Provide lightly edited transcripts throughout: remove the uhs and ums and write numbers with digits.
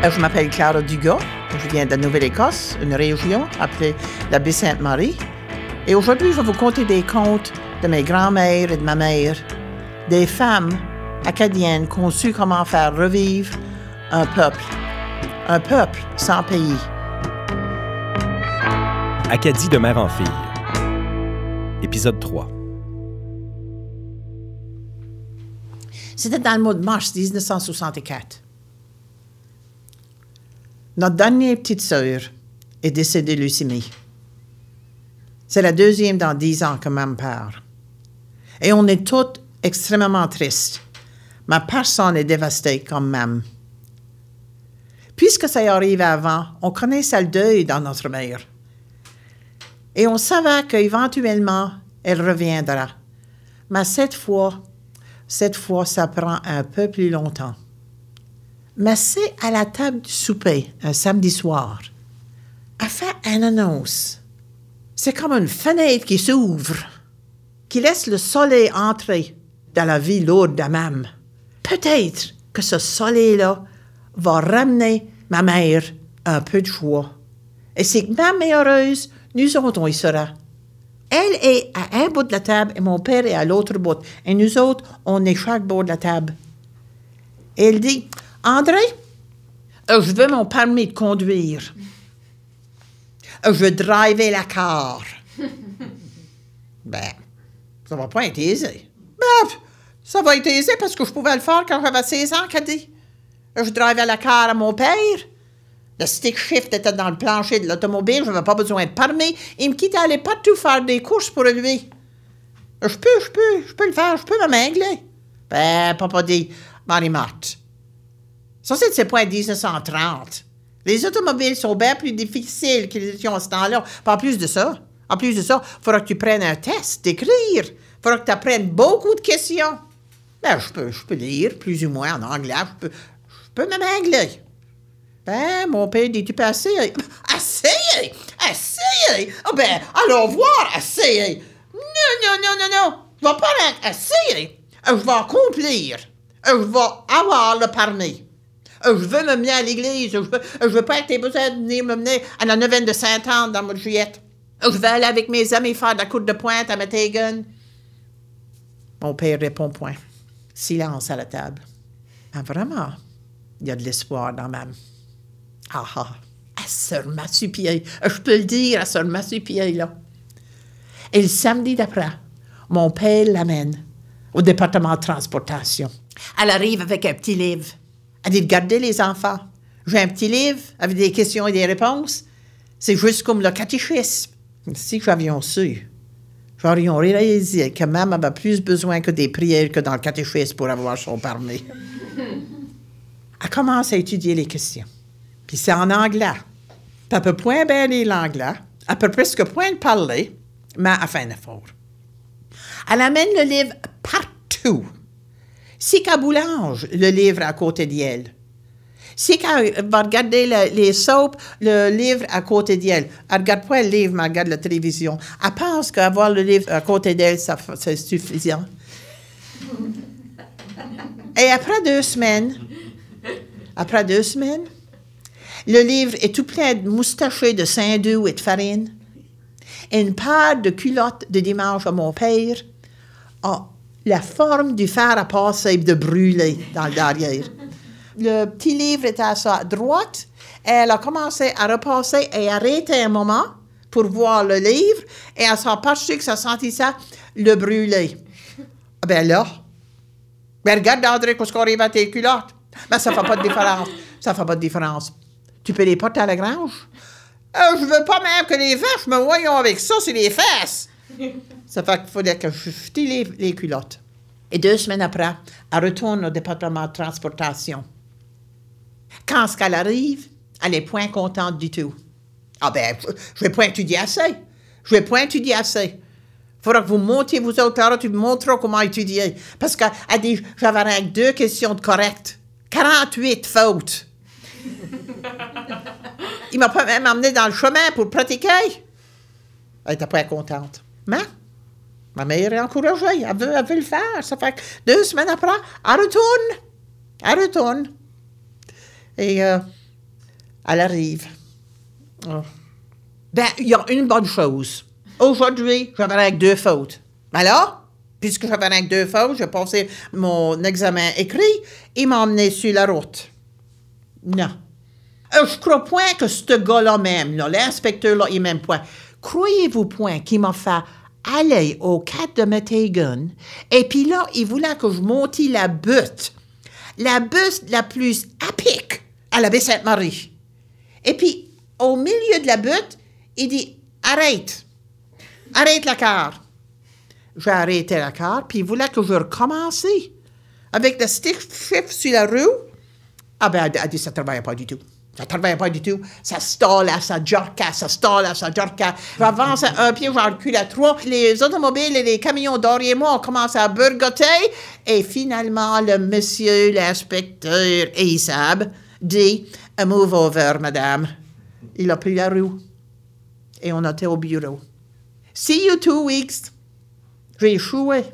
Je m'appelle Clara Dugas. Je viens de la Nouvelle-Écosse, une région appelée la Baie-Sainte-Marie. Et aujourd'hui, je vais vous conter des contes de mes grands-mères et de ma mère, des femmes acadiennes qui ont su comment faire revivre un peuple sans pays. Acadie de mère en fille. Épisode 3. C'était dans le mois de mars 1964. Notre dernière petite sœur est décédée de leucémie. C'est la deuxième dans 10 ans que maman part. Et on est toutes extrêmement tristes. Ma personne est dévastée comme maman. Puisque ça arrive avant, on connaissait le deuil dans notre mère. Et on savait qu'éventuellement, elle reviendra. Mais cette fois, ça prend un peu plus longtemps. Mais c'est à la table du souper, un samedi soir. Elle fait une annonce. C'est comme une fenêtre qui s'ouvre, qui laisse le soleil entrer dans la vie lourde de maman. Peut-être que ce soleil-là va ramener ma mère un peu de joie. Et si maman est heureuse, nous autres, on y sera. Elle est à un bout de la table et mon père est à l'autre bout. Et nous autres, on est chaque bord de la table. Et elle dit, « André, je veux mon permis de conduire. Je veux driver la car. » Ben, ça va pas être aisé. Ben, ça va être aisé parce que je pouvais le faire quand j'avais 16 ans, qu'a dit. Je drivais la car à mon père. Le stick shift était dans le plancher de l'automobile, je n'avais pas besoin de permis. Il me quittait aller partout faire des courses pour lui. Je peux le faire, je peux me mingler. Ben, papa dit, Marie-Marthe. Ça, c'est pas en 1930. Les automobiles sont bien plus difficiles qu'ils étaient à ce temps-là. En plus de ça, il faudra que tu prennes un test d'écrire. Il faudra que tu apprennes beaucoup de questions. Ben, je peux lire plus ou moins en anglais. Je peux me mingler. Ben, mon père dit, tu peux essayer. Essayer? Oh ben, allons voir, essayer. Non. Je vais pas essayer. Je vais accomplir. Je vais avoir le permis. Je veux me mener à l'église. Je veux pas être besoin de venir me mener à la neuvaine de Sainte-Anne dans le mois de juillet. Je vais aller avec mes amis faire de la courte de pointe à Métégun. Mon père répond point. Silence à la table. Ah, vraiment, il y a de l'espoir dans maman. Elle se remet sur pied. Je peux le dire, elle se remet sur pied, là. Et le samedi d'après, mon père l'amène au département de transportation. Elle arrive avec un petit livre. Elle dit, regardez les enfants, j'ai un petit livre avec des questions et des réponses. C'est juste comme le catéchisme. Si j'avions su, j'aurais réalisé que maman avait plus besoin que des prières que dans le catéchisme pour avoir son permis. Elle commence à étudier les questions. Puis c'est en anglais. Elle peut point bien lire l'anglais. Elle peut presque point le parler, mais elle fait un effort. Elle amène le livre partout. Si qu'elle boulange le livre à côté d'elle. Si qu'elle va regarder les soaps, le livre à côté d'elle. Elle ne regarde pas le livre, mais elle regarde la télévision. Elle pense qu'avoir le livre à côté d'elle, c'est suffisant. Et après 2 semaines, le livre est tout plein de moustachés de saindoux et de farine. Et une paire de culottes de dimanche à mon père a la forme du fer à passer de brûler dans le derrière. Le petit livre était à sa droite. Et elle a commencé à repasser et arrêter un moment pour voir le livre. Et elle s'est aperçue que ça sentit ça, le brûler. Ben là, regarde André, qu'est-ce qu'on arrive à tes culottes. Ben ça fait pas de différence. Tu peux les porter à la grange? Je veux pas même que les vaches me voyons avec ça sur les fesses. Ça fait qu'il fallait que je fouille les culottes. Et 2 semaines après, elle retourne au département de transportation. Quand elle arrive, elle n'est point contente du tout. Ah ben, je vais pas étudier assez. Il faudra que vous montiez, vous autres, là, tu me montreras comment étudier. Parce qu'elle dit, j'avais avec 2 questions de correct. 48 fautes. Il m'a pas même emmené dans le chemin pour pratiquer. Elle n'était pas contente. Mais ma mère est encouragée. Elle veut le faire. Ça fait que 2 semaines après, elle retourne. Et Elle arrive. Oh. Ben, il y a une bonne chose. Aujourd'hui, j'avais avec 2 fautes. Mais là, puisque j'avais avec 2 fautes, j'ai passé mon examen écrit, il m'a emmené sur la route. Non. Je crois point que ce gars-là même, là, l'inspecteur-là, il m'aime point. Croyez-vous point qu'il m'a fait aller au 4 de Metegan, et puis là, il voulait que je monte la butte la plus épique à la baie Sainte-Marie. Et puis, au milieu de la butte, il dit « Arrête la car ». J'ai arrêté la car, puis il voulait que je recommence avec le stick shift sur la roue. Ah ben, elle dit « Ça ne travaillait pas du tout. Ça ne travaillait pas du tout. Ça stallait, ça jerkait. J'avance à 1 pied, j'en recule à 3. Les automobiles et les camions derrière moi ont commencé à burgoter. Et finalement, le monsieur, l'inspecteur Isab, dit « Move over, madame ». Il a pris la roue. Et on était au bureau. See you 2 weeks. J'ai échoué.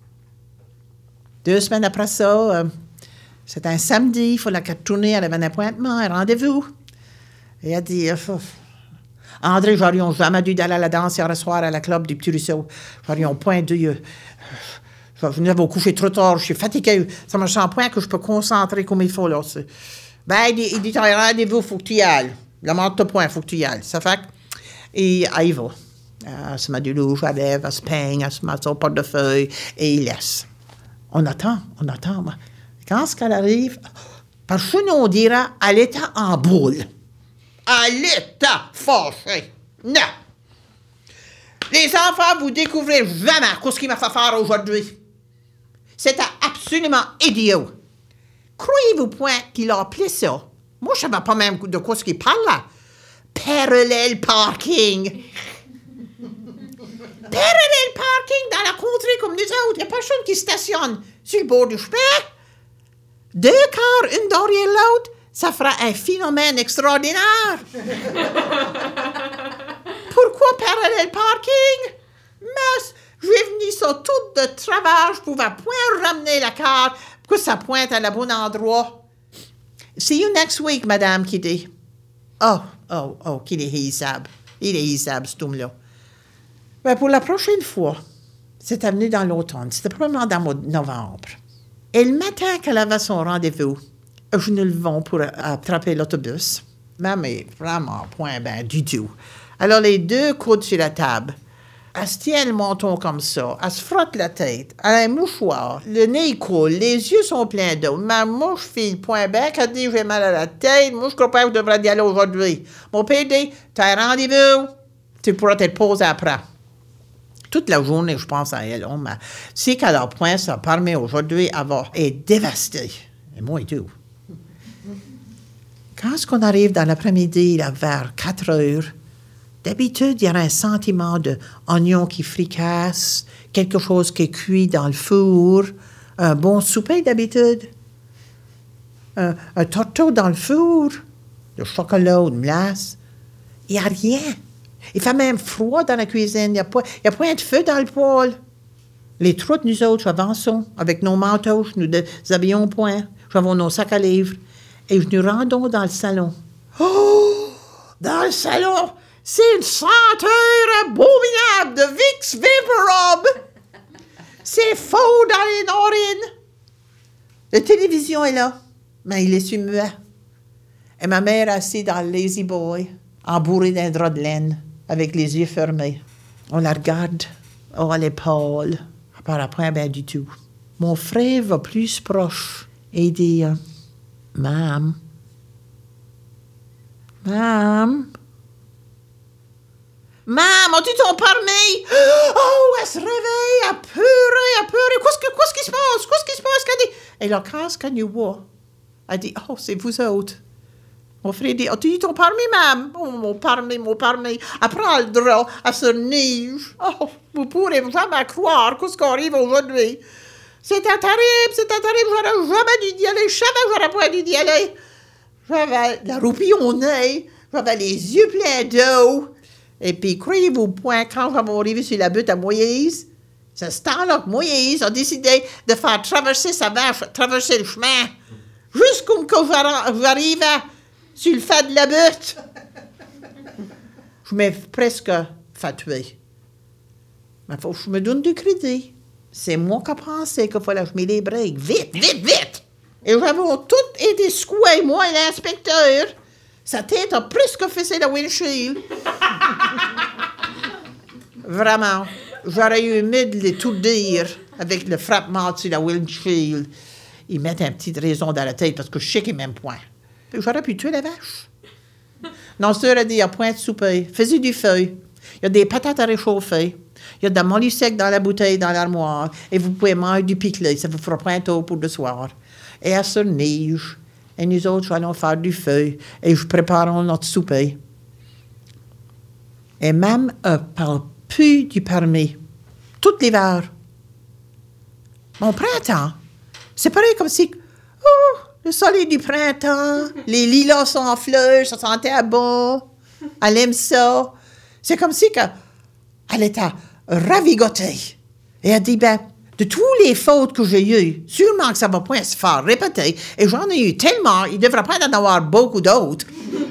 2 semaines après ça, c'était un samedi, il fallait qu'elle tourne, elle avait un appointement, un rendez-vous. Et elle dit, André, j'aurais jamais dû aller à la danse hier soir à la club du Petit Ruisseau. J'aurais point dû. Je venais vous coucher trop tard, je suis fatigué. Ça me sent point que je peux concentrer comme il faut, là. Ben, il dit, t'as un rendez-vous, il faut que tu y ailles. La montre point, il faut que tu y ailles. Ça fait et elle y va. Elle se met du rouge à lèvres, elle se peigne, elle se met son portefeuille, et il laisse. On attend. Quand ce qu'elle arrive, parce que nous, on dirait, elle était en boule. Elle était fâchée. Non. Les enfants, vous découvrez jamais ce qu'il m'a fait faire aujourd'hui. C'était absolument idiot. Croyez-vous point qu'il a appelé ça? Moi, je ne savais pas même de quoi ce qu'il parle là. Parallel parking. Parallel parking dans la contrée comme nous autres. Il n'y a personne qui stationne sur le bord du chemin. 2 cars, une derrière l'autre, ça fera un phénomène extraordinaire. Pourquoi parallel parking? Mais j'ai venu ça tout de travers, je pouvais point ramener la carte pour que ça pointe à la bon endroit. See you next week, madame, qui dit. Qu'il est Isab. Il est Isab, cet homme-là. Ben, pour la prochaine fois, c'était venu dans l'automne, c'était probablement dans novembre. Et le matin qu'elle avait son rendez-vous, je nous levons pour attraper l'autobus. Mais vraiment, point ben du tout. Alors, les 2 coudes sur la table. Elle se tient le menton comme ça. Elle se frotte la tête. Elle a un mouchoir. Le nez coule. Les yeux sont pleins d'eau. Ma mouche file point bec. Elle dit, j'ai mal à la tête. Moi, je crois pas que je devrais y aller aujourd'hui. Mon père dit, t'as un rendez-vous. Tu pourras te poser après. Toute la journée, je pense à elle. Mais si qu'à leur point, ça permet aujourd'hui d'avoir été dévastée. Et moi et tout. Quand on arrive dans l'après-midi, là, vers 4 heures, d'habitude, il y a un sentiment d'oignon qui fricasse, quelque chose qui est cuit dans le four, un bon souper d'habitude, un torteau dans le four, de chocolat ou de glace. Il n'y a rien. Il fait même froid dans la cuisine. Il n'y a point de feu dans le poêle. Les 3 de nous autres avançons avec nos manteaux, nous déshabillons point, nous avons nos sacs à livres et nous rendons dans le salon. Oh! Dans le salon! C'est une senteur abominable de Vicks Vaporub. C'est faux dans les narines. La télévision est là, mais il est sur muet. Et ma mère assise dans le Lazy Boy, embourrée d'un drap de laine, avec les yeux fermés. On la regarde. Oh, elle est pâle. Elle parle point bien du tout. Mon frère va plus proche et dit « Mam. Mam, as-tu ton permis? Oh, elle se réveille, elle pleure. Qu'est-ce qui se passe? Qu'elle dit? Et là, quand elle nous voit, elle dit, oh, c'est vous autres. Mon frère dit, as-tu eu ton permis, mam? Oh, mon permis. Elle prend le drap, elle se nige. Oh, vous pourrez jamais croire ce qui arrive aujourd'hui. C'était terrible, j'aurais jamais dû y aller, j'aurais pas dû y aller. J'avais la roupie au nez, j'avais les yeux pleins d'eau. Et puis, croyez-vous point, quand nous avons arrivé sur la butte à Moïse, c'est ce temps-là que Moïse a décidé de faire traverser sa vache, traverser le chemin, jusqu'à ce que j'arrive sur le fait de la butte. Je m'ai presque fait tuer. Mais il faut que je me donne du crédit. C'est moi qui ai pensé qu'il fallait que je mette les breaks. Vite, vite, vite! Et j'avais tout été secoué, moi et l'inspecteur. Sa tête a presque fessé le windshield. Vraiment. J'aurais eu mieux de les tout dire avec le frappement sur la windshield. Ils mettent une petite raison dans la tête parce que je sais qu'ils m'aiment point. J'aurais pu tuer la vache. Non, sœur a dit, il n'y a point de souper. Faisez du feu. Il y a des patates à réchauffer. Il y a de la molly sec dans la bouteille, dans l'armoire. Et vous pouvez manger du piquelé. Ça vous fera point tôt pour le soir. Et à ce neige. Et nous autres, allons faire du feu. Et je prépare notre souper. Et même, parle plus du permis. Tout l'hiver. Mon printemps, c'est pareil comme si... Oh, le soleil du printemps, les lilas sont en fleurs, ça sentait bon. Elle aime ça. C'est comme si elle était ravigotée. Et elle dit, ben, de toutes les fautes que j'ai eues, sûrement que ça va pas se faire répéter. Et j'en ai eu tellement, il devrait pas en avoir beaucoup d'autres.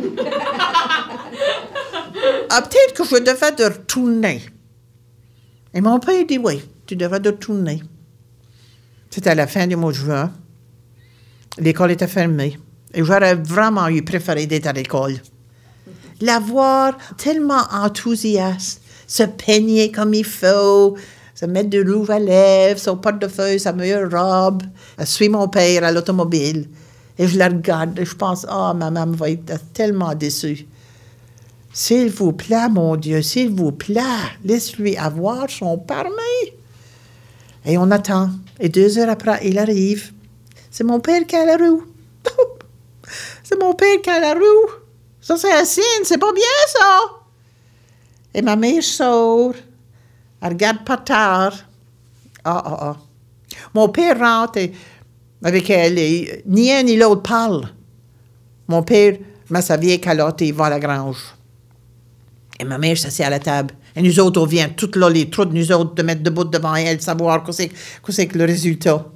Peut-être que je devais de retourner. Et mon père dit, oui, tu devrais de retourner. C'était à la fin du mois de juin. L'école était fermée. Et j'aurais vraiment eu préféré d'être à l'école. La voir tellement enthousiaste, se peigner comme il faut, se mettre de rouge à lèvres, son portefeuille, sa meilleure robe. Elle suit mon père à l'automobile. Et je la regarde et je pense, ma maman va être tellement déçue. S'il vous plaît, mon Dieu, s'il vous plaît, laisse-lui avoir son permis. Et on attend. Et 2 heures après, il arrive. C'est mon père qui a la roue. C'est mon père qui a la roue. Ça, c'est un signe. C'est pas bien, ça. Et ma mère sort. Elle regarde par terre. Mon père rentre et, avec elle. Et ni un ni l'autre parle. Mon père met sa vieille calotte et il va à la grange. Et ma mère s'assied à la table. Et nous autres, on vient toutes là, les trous de nous autres, de mettre debout devant elle, savoir qu'est-ce que le résultat.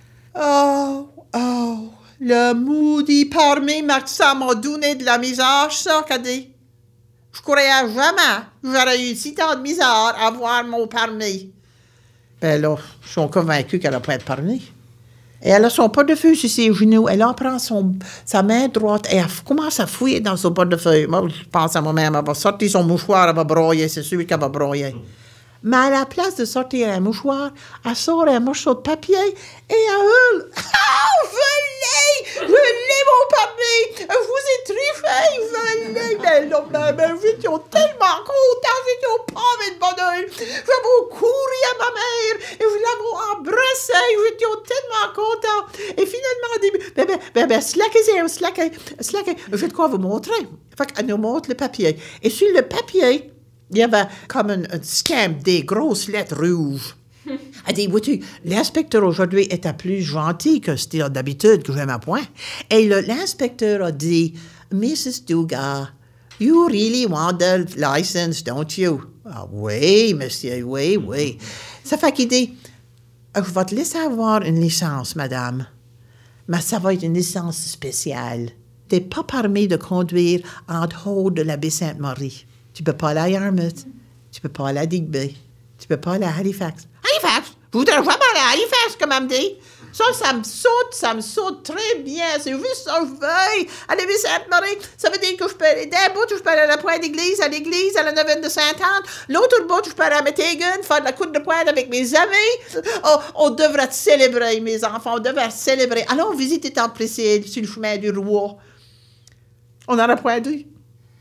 Le maudit permis, ça m'a donné de la misère, ça, qu'a dit. Je croyais jamais j'aurais eu si tant de misère à avoir mon permis. Ben là, je suis convaincue qu'elle n'a pas de permis. Et elle a son portefeuille sur ses genoux. Elle en prend sa main droite et elle commence à fouiller dans son portefeuille. Moi, je pense à moi-même, elle va sortir son mouchoir, elle va broyer, c'est sûr qu'elle va broyer. Mais à la place de sortir un mouchoir, elle sort un morceau de papier et elle hurle. Oh, je l'ai, mon permis! Je vous ai triché, je l'ai! Mais j'étais tellement content, j'étais pas avec bonheur. J'avais couru à ma mère et je l'avais embrassée, j'étais tellement content. Et finalement, elle dit, slackez. Je vais de quoi vous montrer. Fait qu'elle nous montre le papier. Et sur le papier, il y avait comme un stamp, des grosses lettres rouges. Elle dit, vois-tu, l'inspecteur aujourd'hui était plus gentil que c'était d'habitude, que j'aime à point. Et l'inspecteur a dit, Mrs. Dugas, you really want the license, don't you? Ah oui, monsieur, oui. Ça fait qu'il dit, je vais te laisser avoir une licence, madame, mais ça va être une licence spéciale. T'es pas permis de conduire en haut de la baie Sainte-Marie. Tu peux pas aller à Yarmouth. Tu peux pas aller à Digby. Tu peux pas aller à Halifax. Halifax? Je voudrais jamais aller à Halifax, comme elle me dit. Ça me saute très bien. C'est juste ça que je veux. À la baie Sainte-Marie, ça veut dire que je peux aller d'un bout, je peux aller à la pointe d'église, à la neuvaine de Sainte-Anne. L'autre bout, je peux aller à Métégun, faire de la coupe de pointe avec mes amis. Oh, on devrait célébrer, mes enfants. On devrait célébrer. Allons visiter Temple-Priscille sur le chemin du roi. On n'aura point dû.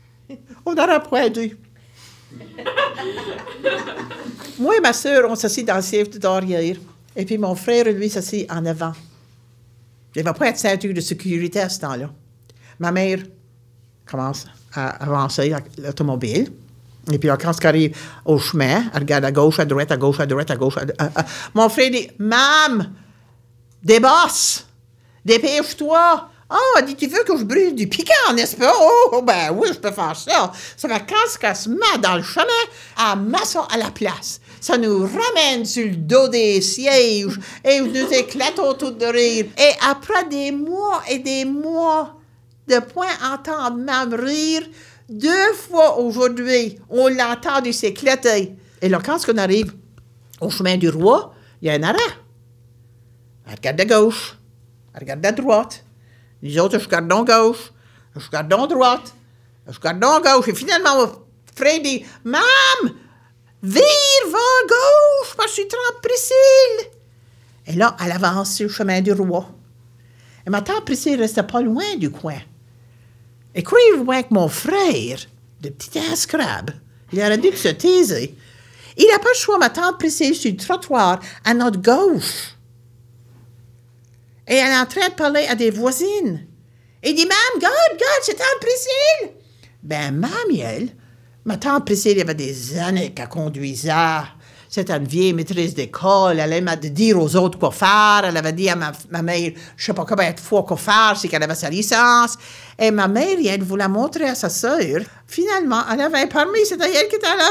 Moi et ma sœur, on s'assit dans le siège d'arrière. Et puis mon frère, lui, s'assit en avant. Il n'y avait pas de ceinture de sécurité à ce temps-là. Ma mère commence à avancer l'automobile. Et puis quand elle arrive au chemin, elle regarde à gauche, à droite. Mon frère dit, « Mam, dépêche-toi! » « dit, tu veux que je brûle du piquant, n'est-ce pas? Oh, ben oui, je peux faire ça. » Ça fait quand elle se met dans le chemin, elle met ça à la place. Ça nous ramène sur le dos des sièges et nous éclatons tout de rire. Et après des mois et des mois, de point entendre maman rire. 2 fois aujourd'hui, on l'a entendu s'éclater. Et là, quand on arrive au chemin du roi, il y a un arrêt. Elle regarde à gauche, elle regarde à droite. Les autres, je regarde à gauche, je regarde à droite, je regarde à gauche. Et finalement, mon frère dit, « Mam, vire, va à gauche, parce que je suis trop Priscille. » Et là, elle avance sur le chemin du roi. Et ma tante Priscille restait pas loin du coin. Et croyez-vous que mon frère, le petit escrabe, il aurait dû se taiser. Il n'a pas le choix, ma tante Priscille, sur le trottoir, à notre gauche. Et elle est en train de parler à des voisines. Et il dit, « Mam, regarde, c'est tante Priscille. » Ben, Mamiel, ma tante Priscille, il y avait des années qu'elle conduisait. C'était une vieille maîtresse d'école. Elle aimait dire aux autres quoi faire. Elle avait dit à ma mère, je ne sais pas combien de fois quoi faire, c'est qu'elle avait sa licence. Et ma mère, elle voulait montrer à sa sœur. Finalement, elle avait un permis, c'était elle qui était à la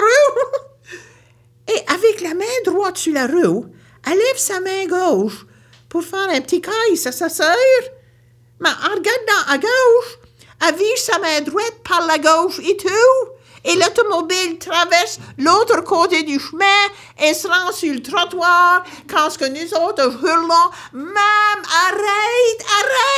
rue. Et avec la main droite sur la roue, elle lève sa main gauche pour faire un petit caisse à sa sœur. Mais en regardant à gauche, elle vire sa main droite par la gauche et tout. Et l'automobile traverse l'autre côté du chemin et se rend sur le trottoir quand ce que nous autres hurlons « Mam, arrête, arrête! »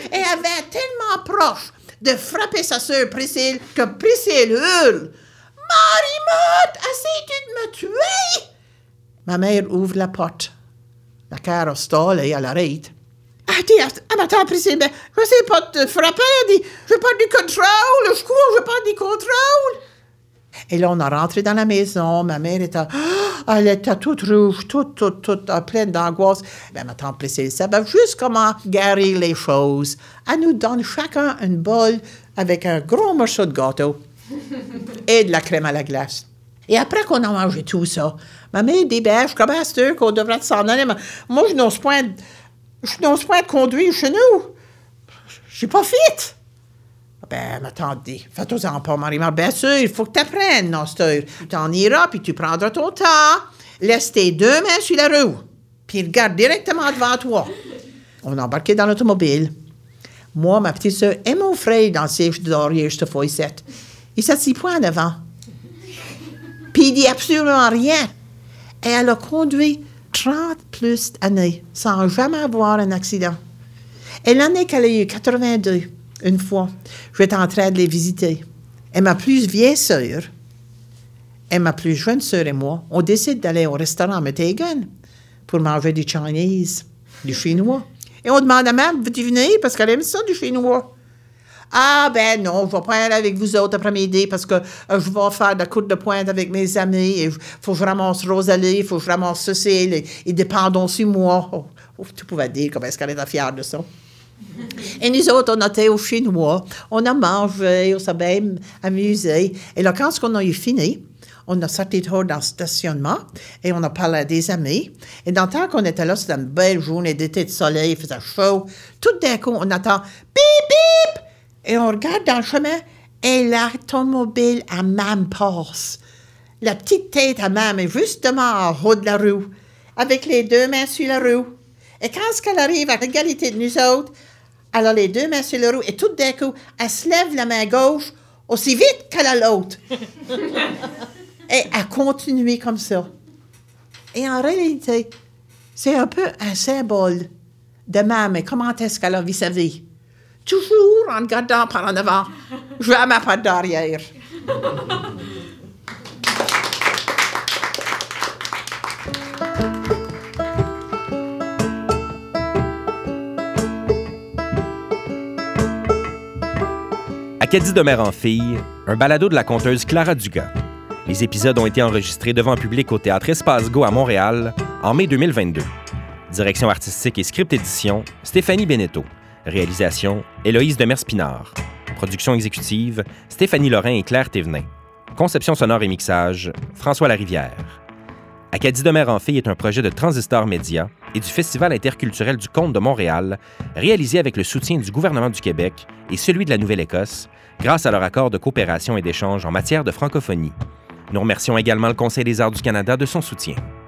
Et elle va tellement proche de frapper sa sœur Priscille que Priscille hurle « Marie-Motte, essaies-tu de me tuer? » Ma mère ouvre la porte. La carrosse stole et elle arrête. Elle dit à ma tante Priscille, mais je ne sais pas te frapper. Elle dit, je n'ai pas du contrôle, je cours, je n'ai pas du contrôle. Et là, on est rentré dans la maison. Ma mère elle était toute rouge, toute pleine d'angoisse. Ben, ma tante Priscille savait juste comment guérir les choses. Elle nous donne chacun une bol avec un gros morceau de gâteau et de la crème à la glace. Et après qu'on a mangé tout ça, ma mère dit, ben, je commence qu'on devrait s'en aller. Mais moi, je n'ose pas de conduire chez nous. Je suis pas fit. Ben, ma tante dit, fais-toi-en pas, Marie-Marthe. Bien sûr, il faut que tu apprennes, Nosteur. Tu t'en iras, puis tu prendras ton temps. Laisse tes 2 mains sur la roue, puis regarde directement devant toi. On a embarqué dans l'automobile. Moi, ma petite soeur et mon frère dans le siège d'arrière, cette fois ici. Il s'assit point en avant. Puis il dit absolument rien. Et elle a conduit 30 plus années sans jamais avoir un accident. Et l'année qu'elle a eu 82, une fois, j'étais en train de les visiter. Et ma plus vieille sœur et ma plus jeune sœur et moi, on décide d'aller au restaurant Metegan pour manger du Chinese, du chinois. Et on demande à maman, veux-tu venir? Parce qu'elle aime ça, du chinois. Ah, ben non, je ne vais pas aller avec vous autres après-midi parce que je vais faire de la courte de pointe avec mes amis. Il faut que je ramasse Rosalie, il faut que je ramasse Cécile. Ils dépendent sur moi. Oh, tu pouvais dire comment est-ce qu'elle était fière de ça. Et nous autres, on était au chinois. On a mangé, on s'est bien amusé. Et là, quand on a eu fini, on a sorti dehors dans le stationnement et on a parlé à des amis. Et dans le temps qu'on était là, c'était une belle journée d'été de soleil, il faisait chaud. Tout d'un coup, on entend « bip, bip !» Et on regarde dans le chemin et l'automobile à Mam passe. La petite tête à Mam est justement en haut de la roue, avec les 2 mains sur la roue. Et quand elle arrive à l'égalité de nous autres, elle a les 2 mains sur la roue et tout d'un coup, elle se lève la main gauche aussi vite qu'elle a l'autre. Et elle continue comme ça. Et en réalité, c'est un peu un symbole de Mam et comment est-ce qu'elle a vu sa vie. Toujours en regardant par en avant, jamais par derrière. Acadie de mère en fille, un balado de la conteuse Clara Dugas. Les épisodes ont été enregistrés devant public au Théâtre Espace Go à Montréal en mai 2022. Direction artistique et script édition, Stéphanie Beneteau. Réalisation, Héloïse Demers-Pinard. Production exécutive, Stéphanie Lorrain et Claire Thévenin. Conception sonore et mixage, François Larivière. Acadie de mère en fille est un projet de Transistor Média et du Festival interculturel du Conte de Montréal, réalisé avec le soutien du gouvernement du Québec et celui de la Nouvelle-Écosse, grâce à leur accord de coopération et d'échange en matière de francophonie. Nous remercions également le Conseil des arts du Canada de son soutien.